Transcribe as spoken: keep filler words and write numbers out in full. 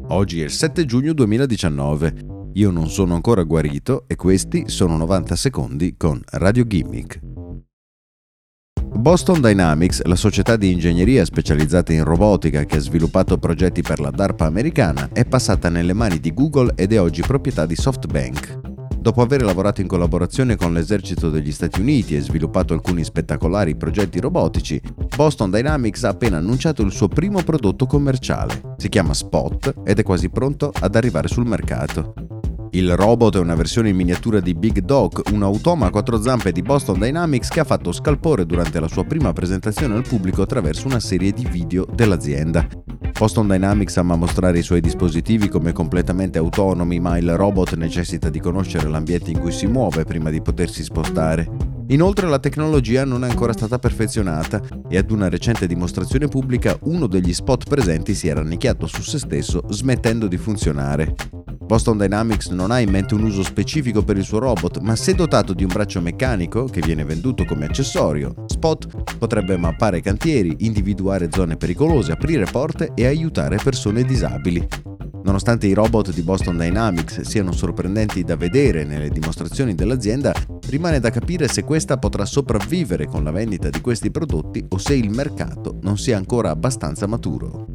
Oggi è il sette giugno duemiladiciannove. Io non sono ancora guarito e questi sono novanta secondi con Radio Gimmick. Boston Dynamics, la società di ingegneria specializzata in robotica che ha sviluppato progetti per la DARPA americana, è passata nelle mani di Google ed è oggi proprietà di SoftBank. Dopo aver lavorato in collaborazione con l'esercito degli Stati Uniti e sviluppato alcuni spettacolari progetti robotici, Boston Dynamics ha appena annunciato il suo primo prodotto commerciale. Si chiama Spot ed è quasi pronto ad arrivare sul mercato. Il robot è una versione in miniatura di Big Dog, un automa a quattro zampe di Boston Dynamics che ha fatto scalpore durante la sua prima presentazione al pubblico attraverso una serie di video dell'azienda. Boston Dynamics ama mostrare i suoi dispositivi come completamente autonomi, ma il robot necessita di conoscere l'ambiente in cui si muove prima di potersi spostare. Inoltre la tecnologia non è ancora stata perfezionata e ad una recente dimostrazione pubblica uno degli spot presenti si era annicchiato su se stesso smettendo di funzionare. Boston Dynamics non ha in mente un uso specifico per il suo robot, ma se dotato di un braccio meccanico che viene venduto come accessorio, Spot potrebbe mappare cantieri, individuare zone pericolose, aprire porte e aiutare persone disabili. Nonostante i robot di Boston Dynamics siano sorprendenti da vedere nelle dimostrazioni dell'azienda, rimane da capire se questa potrà sopravvivere con la vendita di questi prodotti o se il mercato non sia ancora abbastanza maturo.